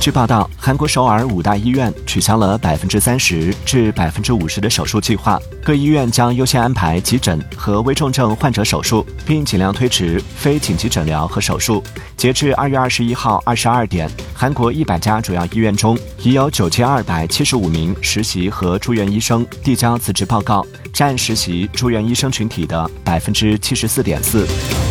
据报道，韩国首尔5大医院取消了30%至50%的手术计划，各医院将优先安排急诊和危重症患者手术，并尽量推迟非紧急诊疗和手术。截至2月21号22点，韩国100家主要医院中，已有9275名实习和住院医生递交辞职报告，占实习住院医生群体的74.4%。